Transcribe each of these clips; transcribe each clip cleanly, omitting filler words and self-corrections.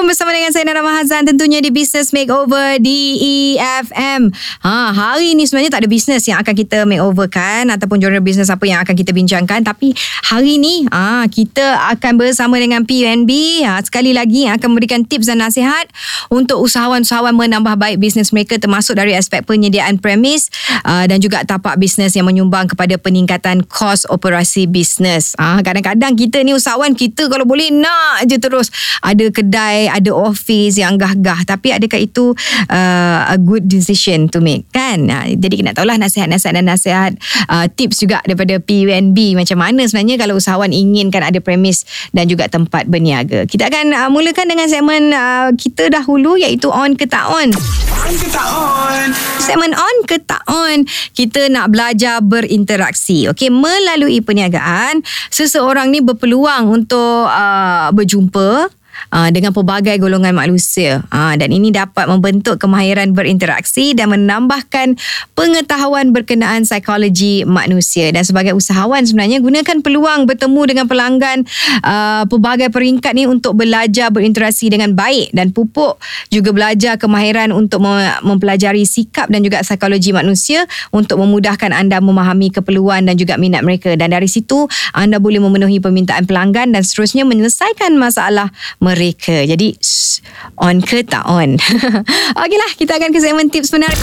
bersama dengan saya Nara Mahazan, tentunya di Business Makeover di EFM. Hari ni sebenarnya tak ada business yang akan kita makeover kan, ataupun genre business apa yang akan kita bincangkan. Tapi hari ni kita akan bersama dengan PUNB, sekali lagi yang akan memberikan tips dan nasihat untuk usahawan-usahawan menambah baik bisnes mereka, termasuk dari aspek penyediaan premis dan juga tapak bisnes yang menyumbang kepada peningkatan kos operasi bisnes. Kadang-kadang kita ni usahawan, kita kalau boleh nak je terus ada kedai, ada office yang gah-gah, tapi adakah itu a good decision to make kan? Jadi nak tahulah nasihat-nasihat dan nasihat tips juga daripada PUNB, macam mana sebenarnya kalau usahawan inginkan ada premis dan juga tempat berniaga. Kita akan mulakan dengan segmen kita dahulu, iaitu on ke tak on. On ke tak on. Segmen on ke tak on, kita nak belajar berinteraksi. Okey, melalui perniagaan, seseorang ni berpeluang untuk berjumpa dengan pelbagai golongan manusia, dan ini dapat membentuk kemahiran berinteraksi dan menambahkan pengetahuan berkenaan psikologi manusia. Dan sebagai usahawan sebenarnya, gunakan peluang bertemu dengan pelanggan pelbagai peringkat ni untuk belajar berinteraksi dengan baik, dan pupuk juga belajar kemahiran untuk mempelajari sikap dan juga psikologi manusia untuk memudahkan anda memahami keperluan dan juga minat mereka, dan dari situ anda boleh memenuhi permintaan pelanggan dan seterusnya menyelesaikan masalah mereka. Jadi on ke tak on. Okeylah, kita akan ke segmen tips menarik.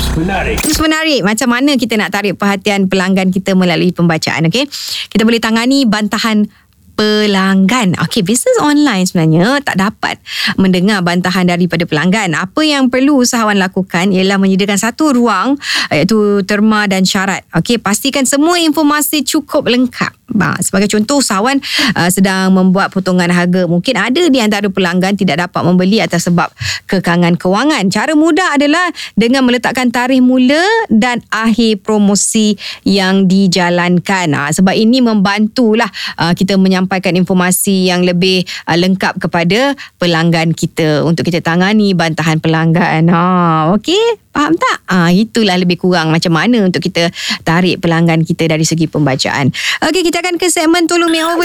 Tips menarik, macam mana kita nak tarik perhatian pelanggan kita melalui pembacaan. Okey, kita boleh tangani bantahan pelanggan. Okey, bisnes online sebenarnya tak dapat mendengar bantahan daripada pelanggan. Apa yang perlu usahawan lakukan ialah menyediakan satu ruang, iaitu terma dan syarat. Okey, pastikan semua informasi cukup lengkap. Sebagai contoh, usahawan sedang membuat potongan harga. Mungkin ada di antara pelanggan tidak dapat membeli atas sebab kekangan kewangan. Cara mudah adalah dengan meletakkan tarikh mula dan akhir promosi yang dijalankan. Sebab ini membantulah kita menyampaikan informasi yang lebih lengkap kepada pelanggan kita untuk kita tangani bantahan pelanggan. Okey, faham tak? Itulah lebih kurang macam mana untuk kita tarik pelanggan kita dari segi pembacaan. Okey, kita akan ke segmen Tolong Makeover.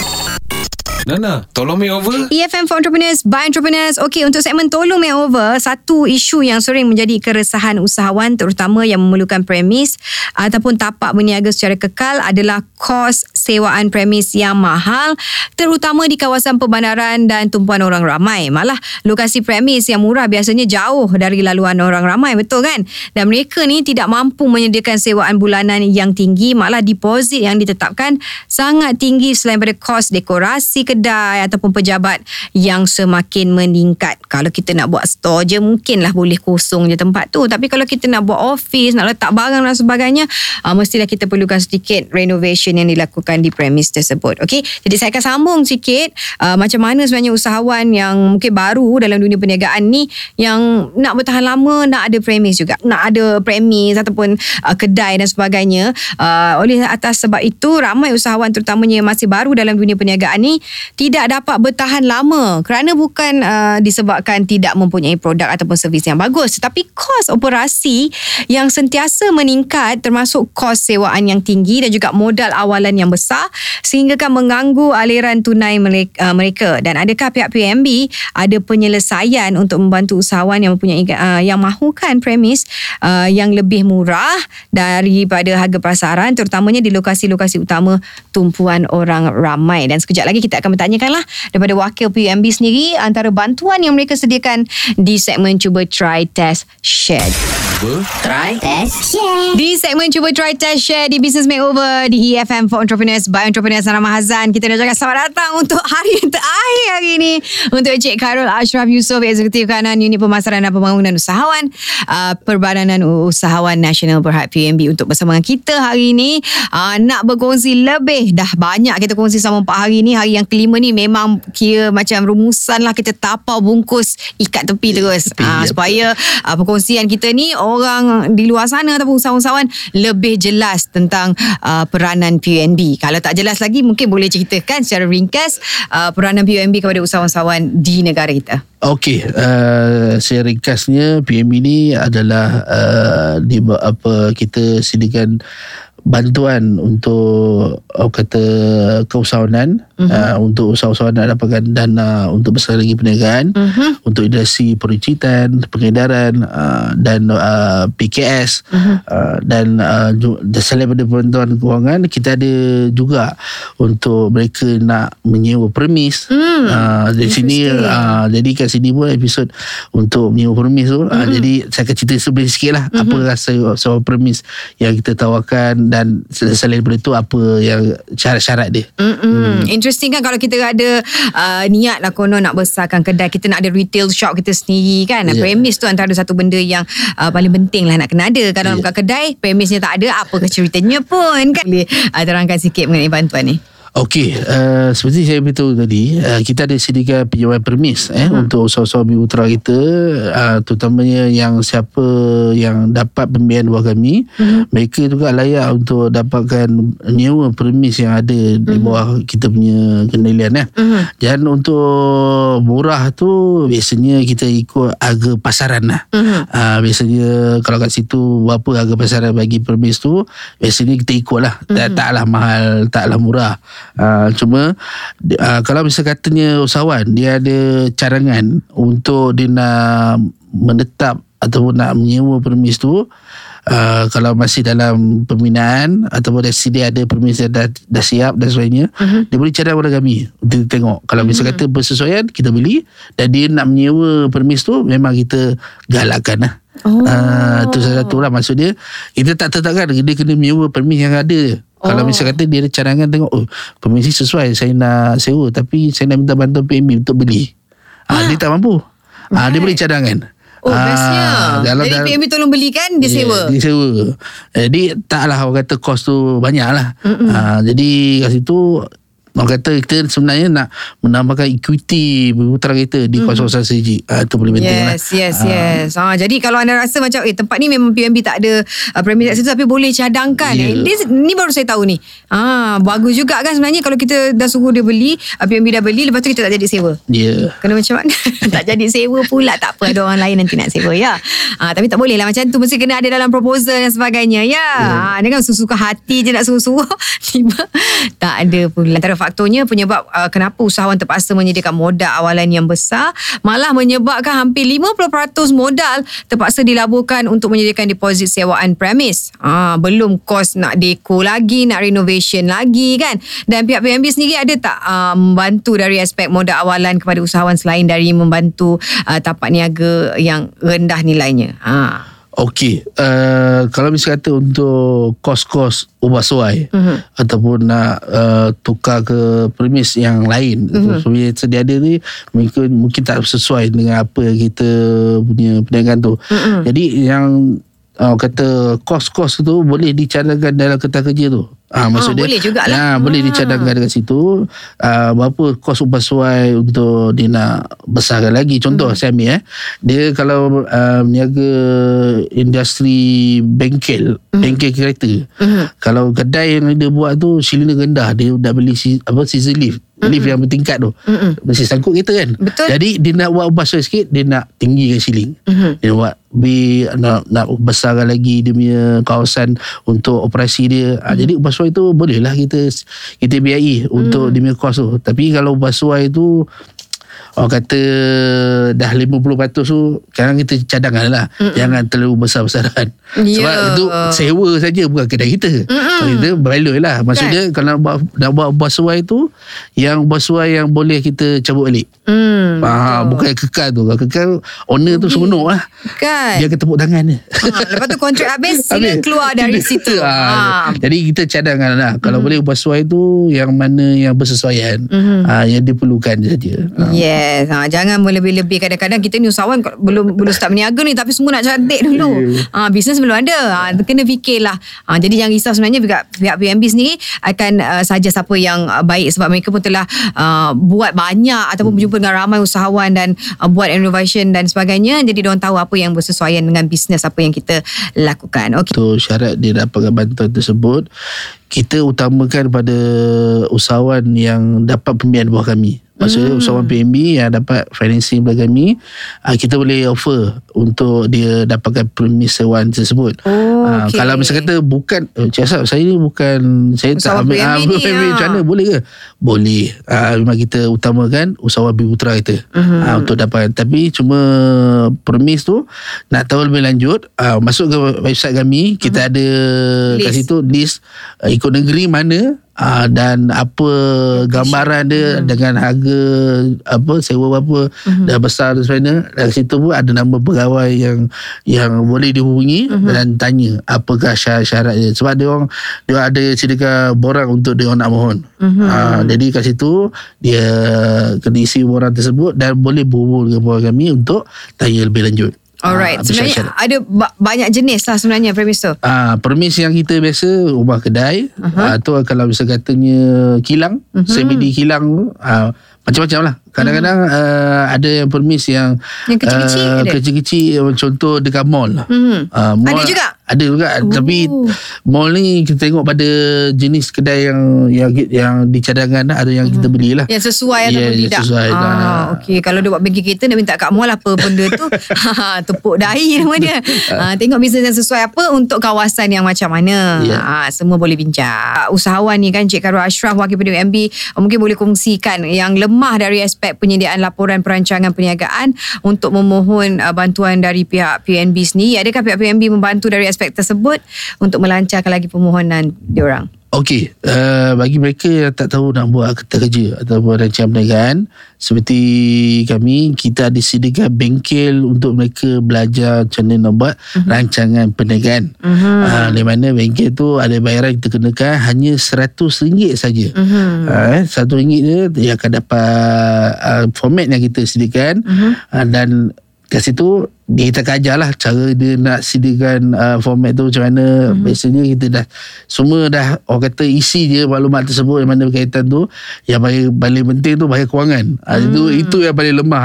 Nana, tolong makeover. EFM for Entrepreneurs by Entrepreneurs. Okey, untuk segmen Tolong Makeover, satu isu yang sering menjadi keresahan usahawan, terutama yang memerlukan premis ataupun tapak berniaga secara kekal, adalah kos sewaan premis yang mahal, terutama di kawasan perbandaran dan tumpuan orang ramai. Malah lokasi premis yang murah biasanya jauh dari laluan orang ramai, betul kan? Dan mereka ni tidak mampu menyediakan sewaan bulanan yang tinggi, malah deposit yang ditetapkan sangat tinggi selain pada kos dekorasi kedai ataupun pejabat yang semakin meningkat. Kalau kita nak buat store je, mungkinlah boleh kosong je tempat tu, tapi kalau kita nak buat office, nak letak barang dan sebagainya, mestilah kita perlukan sedikit renovation yang dilakukan di premis tersebut. Okey, jadi saya akan sambung sikit macam mana sebenarnya usahawan yang mungkin baru dalam dunia perniagaan ni, yang nak bertahan lama, nak ada premis juga, nak ada premis ataupun kedai dan sebagainya. Oleh atas sebab itu, ramai usahawan terutamanya yang masih baru dalam dunia perniagaan ni tidak dapat bertahan lama kerana bukan disebabkan tidak mempunyai produk ataupun servis yang bagus, tetapi kos operasi yang sentiasa meningkat, termasuk kos sewaan yang tinggi dan juga modal awalan yang besar, sehingga kan mengganggu aliran tunai mereka. Dan adakah pihak PUNB ada penyelesaian untuk membantu usahawan yang mempunyai yang mahukan premis yang lebih murah daripada harga pasaran, terutamanya di lokasi-lokasi utama tumpuan orang ramai? Dan sekejap lagi kita akan bertanyakanlah daripada wakil PUNB sendiri antara bantuan yang mereka sediakan di segmen Cuba Try Test Share. Try Test Share. Di segmen Cuba Try Test Share di Business Makeover di EFM for Entrepreneurs by Entrepreneurs Nara Mahazan, kita dah cakap selamat datang untuk hari yang terakhir hari ini untuk Encik Khairul Ashraf Yusof, Eksekutif Kanan Unit Pemasaran dan Pembangunan Usahawan Perbadanan Usahawan Nasional Berhad PUNB, untuk bersama dengan kita hari ini nak berkongsi lebih. Dah banyak kita kongsi sama 4 hari ni. Hari yang kelima ni memang kira macam rumusan lah, kita tapau bungkus ikat tepi terus supaya perkongsian kita ni orang di luar sana ataupun usahawan-usahawan lebih jelas tentang peranan PUNB. Kalau tak jelas lagi, mungkin boleh ceritakan secara ringkas peranan PUNB kepada usahawan-usahawan di negara kita. Okey, saya ringkasnya, PUNB ni adalah kita sediakan bantuan untuk keusahawanan untuk usahawan nak dapatkan dana untuk besar lagi perniagaan, untuk industri peruncitan, pengedaran dan PKS, dan selain daripada bantuan kewangan, kita ada juga untuk mereka nak menyewa permis. Di sini jadi kat sini pun episod untuk menyewa permis tu. Jadi saya akan cerita sebenarnya sikit lah apa rasa sewa permis yang kita tawarkan, dan selain daripada tu apa yang syarat-syarat dia. Interesting kan, kalau kita ada niat lah konon nak besarkan kedai, kita nak ada retail shop kita sendiri kan. Premis tu antara satu benda yang paling penting lah nak kena ada. Kalau nak buka kedai, premisnya tak ada, apa ceritanya pun kan. Boleh terangkan sikit mengenai bantuan ni? Okey, seperti saya beritahu tadi, kita ada sediakan penyewaan permis untuk usaha-usaha mitra kita, terutamanya yang siapa yang dapat pembiayaan bawah kami, mereka juga layak untuk dapatkan nyewa permis yang ada di bawah kita punya kendalian. Dan untuk murah tu biasanya kita ikut harga pasaran lah. Biasanya kalau kat situ berapa harga pasaran bagi permis tu, biasanya kita ikut lah. Taklah mahal, taklah murah. Cuma kalau misalnya katanya usahawan dia ada cadangan untuk dia nak menetap ataupun nak menyewa permis tu, kalau masih dalam pembinaan ataupun dia ada permis yang dah siap dan sebagainya, dia boleh cadang pada kami untuk tengok. Kalau misalnya kata bersesuaian, kita beli, dan dia nak menyewa permis tu, memang kita galakkan lah. Itu salah satu lah. Maksud dia, kita tak tetapkan dia kena menyewa permis yang ada. Kalau misalnya kata dia ada cadangan, tengok permis ni sesuai, saya nak sewa, tapi saya nak minta bantuan PMB untuk beli, dia tak mampu, dia boleh cadangan. Bestnya. Jadi PMB tolong belikan, dia sewa. Dia sewa. Jadi taklah orang kata kos tu banyak lah. Jadi kat situ orang kata kita sebenarnya nak menambahkan equity putra kita di kawasan strategik. Itu paling penting lah. Yes. Jadi kalau anda rasa macam tempat ni memang PMB tak ada premis kat situ, tapi boleh cadangkan. Ni baru saya tahu ni. Bagus juga kan sebenarnya kalau kita dah suruh dia beli, PMB dah beli, lepas tu kita tak jadi sewa. Kena macam mana? Tak jadi sewa pula. Tak apa, ada orang lain nanti nak sewa ya. Tapi tak boleh lah macam tu. Mesti kena ada dalam proposal dan sebagainya ya. Dia kan suka hati je nak suruh-suruh. Tiba tak ada pula. Antara faktornya penyebab kenapa usahawan terpaksa menyediakan modal awalan yang besar, malah menyebabkan hampir 50% modal terpaksa dilaburkan untuk menyediakan deposit sewaan premis. Belum kos nak deko lagi, nak renovation lagi kan. Dan pihak PMB sendiri ada tak membantu dari aspek modal awalan kepada usahawan selain dari membantu tapak niaga yang rendah nilainya? Okey, kalau misalnya kata untuk kos-kos ubah suai ataupun nak tukar ke premis yang lain, sedia ada ni mungkin tak sesuai dengan apa yang kita punya perniagaan tu. Jadi yang kata kos-kos tu boleh dicadangkan dalam kertas kerja tu. Maksud dia boleh jugalah. Boleh dicadangkan dekat situ. Berapa kos ubah suai untuk dia nak besarkan lagi. Contoh saya ambil dia kalau meniaga industri bengkel kereta. Kalau kedai yang dia buat tu silinder rendah, dia dah beli scissor lift yang bertingkat tu, mesti sangkut kereta kan. Betul. Jadi dia nak buat ubah suai sikit, dia nak tinggikan ceiling, dia buat nak besarkan lagi dia punya kawasan untuk operasi dia. Jadi ubah suai tu bolehlah kita biayai untuk dia punya kos tu. Tapi kalau ubah suai tu orang kata dah 50% tu, sekarang kita cadangkan lah. Jangan terlalu besar-besaran. Sebab itu sewa saja, bukan kedai kita. Kita baloi lah. Maksudnya kalau nak buat ubah suai tu, yang ubah suai yang boleh kita cabut balik. Bukan kekal tu. Kalau kekal, owner tu seronok lah kan? Dia akan tepuk tangan dia. Lepas tu kontrak habis, sila keluar dari situ. Jadi kita cadangkan lah. Kalau boleh ubah suai tu, yang mana yang bersesuaian, yang diperlukan saja. Jangan melebih-lebih. Kadang-kadang kita ni usahawan belum start berniaga ni, tapi semua nak cantik dulu. Bisnes belum ada. Kena fikirlah. Jadi jangan risau, sebenarnya pihak PMB sendiri akan saja siapa yang baik, sebab mereka pun telah buat banyak ataupun berjumpa dengan ramai usahawan dan buat innovation dan sebagainya. Jadi diorang tahu apa yang bersesuaian dengan bisnes apa yang kita lakukan. So syarat dia dapatkan bantuan tersebut, kita utamakan pada usahawan yang dapat pembiayaan bawah kami. Maksudnya usahawan PNB yang dapat financing daripada kami, kita boleh offer untuk dia dapatkan premis sewan tersebut. Okay. Kalau misalnya kata bukan Cik Asap, saya ni bukan, saya usahawan tak ambil PNB ni, macam mana, boleh ke? Boleh. Memang kita utamakan usahawan Bumi Putra kita untuk dapat. Tapi cuma premis tu nak tahu lebih lanjut, masuk ke website kami, kita ada kat situ list ikut negeri mana, dan apa gambaran dia dengan harga sewa berapa dah besar dan sebagainya. Dari situ pun ada nama pegawai yang boleh dihubungi dan tanya apakah syarat-syarat dia, sebab dia ada sediakan borang untuk dia nak mohon. Jadi kat situ dia kena isi borang tersebut dan boleh berhubung dengan kami untuk tanya lebih lanjut. Alright, sebenarnya ada banyak jenis lah sebenarnya premis tu. Premis yang kita biasa rumah kedai, tu kalau bisa katanya kilang, CBD kilang, macam-macam lah. Kadang-kadang ada yang premis yang kecil-kecil, contoh dekat mall. Mall ada juga? Ada juga. Tapi mall ni kita tengok pada jenis kedai yang di cadangan, ada yang kita belilah. Yang sesuai ataupun tidak. Sesuai. Okey, kalau dia buat bengkel kita nak minta kat mall apa benda tu, tepuk dahi nama dia. Tengok bisnes yang sesuai apa untuk kawasan yang macam mana. Semua boleh bincang. Usahawan ni kan, Cik Karul Ashraf, Wakil Pendiri MB, mungkin boleh kongsikan yang lemah dari aspek penyediaan laporan perancangan perniagaan untuk memohon bantuan dari pihak PNB sendiri. Adakah pihak PNB membantu dari aspek tersebut untuk melancarkan lagi permohonan diorang? Okey, bagi mereka yang tak tahu nak buat akta kerja ataupun rancangan perniagaan, seperti kami, kita ada sediakan bengkel untuk mereka belajar macam mana nak buat rancangan perniagaan. Di mana bengkel tu ada bayaran kita kenakan hanya RM100 saja. RM100 dia akan dapat format yang kita sediakan, dan kat situ dia kita ajar lah cara dia nak sediakan format tu macam mana. Biasanya kita dah semua dah orang kata isi je maklumat tersebut yang mana berkaitan tu. Yang paling penting tu bahaya kewangan. Itu yang paling lemah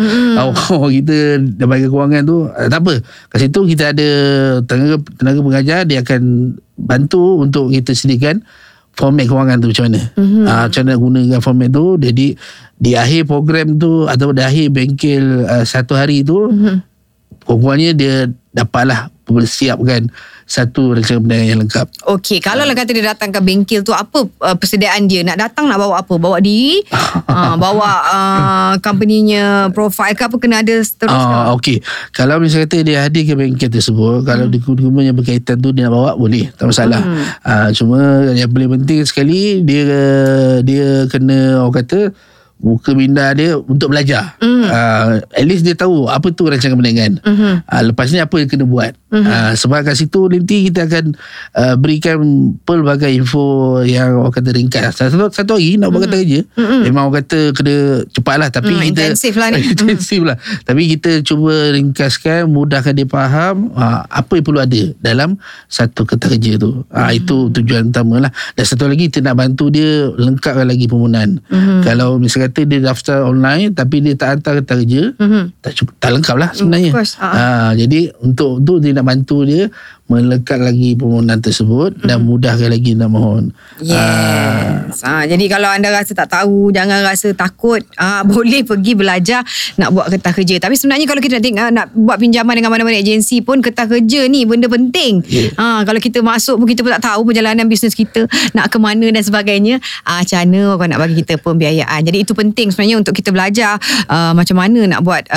kita dah bahaya kewangan tu, tak apa, kat situ kita ada tenaga pengajar, dia akan bantu untuk kita sediakan format kewangan tu macam mana. Macam mana gunakan format tu. Jadi di akhir program tu atau di akhir bengkel satu hari tu, kurang-kurangnya dia dapatlah persiapkan satu rancangan perniagaan yang lengkap. Okey, kalau lah kata dia datang ke bengkel tu, apa persediaan dia? Nak datang nak bawa apa? Bawa diri? Bawa company-nya profile ke apa, kena ada seterusnya? Okey, kalau misalnya kata dia hadir ke bengkel tersebut, kalau dokumen yang berkaitan tu dia nak bawa, boleh, tak masalah. Cuma yang paling penting sekali, dia kena orang kata buka minda dia untuk belajar. At least dia tahu apa tu rancangan perniagaan. Lepas ni apa yang kena buat. Sebab kat situ nanti kita akan berikan pelbagai info yang orang kata ringkas. Satu hari nak buat kata kerja, memang orang kata kena cepat lah, tapi kita intensif lah ni. intensif lah. Tapi kita cuba ringkaskan, mudahkan dia faham apa yang perlu ada dalam satu kata kerja tu. Itu tujuan utama lah. Dan satu lagi, kita nak bantu dia lengkapkan lagi permohonan. Kalau misalnya kata dia daftar online tapi dia tak hantar kata kerja, tak lengkap lah sebenarnya. Jadi untuk tu dia nak bantu dia melekat lagi permohonan tersebut dan mudahkan lagi nak mohon. Yes. Jadi kalau anda rasa tak tahu, jangan rasa takut. Boleh pergi belajar nak buat kertas kerja. Tapi sebenarnya kalau kita nak buat pinjaman dengan mana-mana agensi pun, kertas kerja ni benda penting. Kalau kita masuk pun kita pun tak tahu perjalanan bisnes kita nak ke mana dan sebagainya. Macam mana orang nak bagi kita pembiayaan. Jadi itu penting sebenarnya untuk kita belajar macam mana nak buat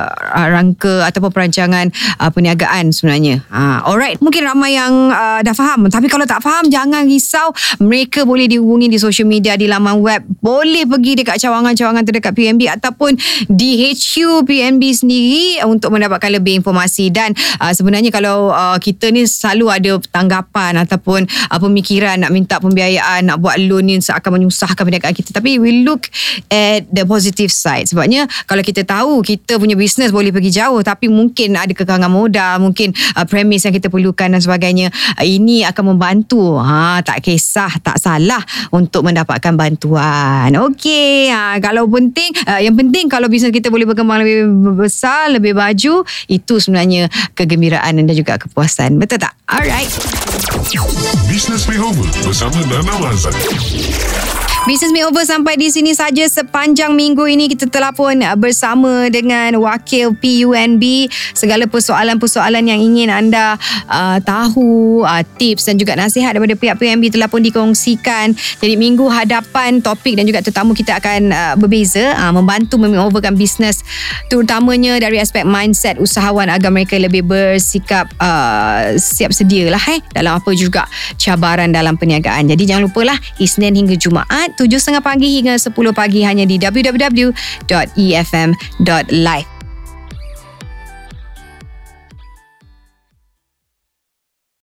rangka ataupun perancangan perniagaan sebenarnya. Alright, mungkin ramai yang dah faham. Tapi kalau tak faham, jangan risau. Mereka boleh dihubungi di social media, di laman web. Boleh pergi dekat cawangan-cawangan terdekat PNB ataupun di HQ PNB sendiri untuk mendapatkan lebih informasi. Dan sebenarnya kalau kita ni selalu ada tanggapan ataupun pemikiran nak minta pembiayaan, nak buat loan ni seakan menyusahkan perniagaan kita. Tapi we look at the positive side. Sebabnya kalau kita tahu kita punya bisnes boleh pergi jauh, tapi mungkin ada kekangan modal, mungkin premis yang kita perlukan masukan dan sebagainya. Ini akan membantu. Tak kisah, tak salah untuk mendapatkan bantuan. Okey, kalau penting, yang penting kalau bisnes kita boleh berkembang lebih besar, lebih baju, itu sebenarnya kegembiraan dan juga kepuasan. Betul tak? Alright. Business Makeover bersama Nana Mazan. Business Makeover sampai di sini saja sepanjang minggu ini. Kita telah pun bersama dengan wakil PUNB. Segala persoalan-persoalan yang ingin anda tahu, tips dan juga nasihat daripada pihak PUNB telah pun dikongsikan. Jadi minggu hadapan topik dan juga tetamu kita akan berbeza, membantu memakeoverkan bisnes, terutamanya dari aspek mindset usahawan agar mereka lebih bersikap siap sedia lah dalam apa juga cabaran dalam perniagaan. Jadi jangan lupalah Isnin hingga Jumaat 7.30 pagi hingga 10 pagi hanya di www.efm.live.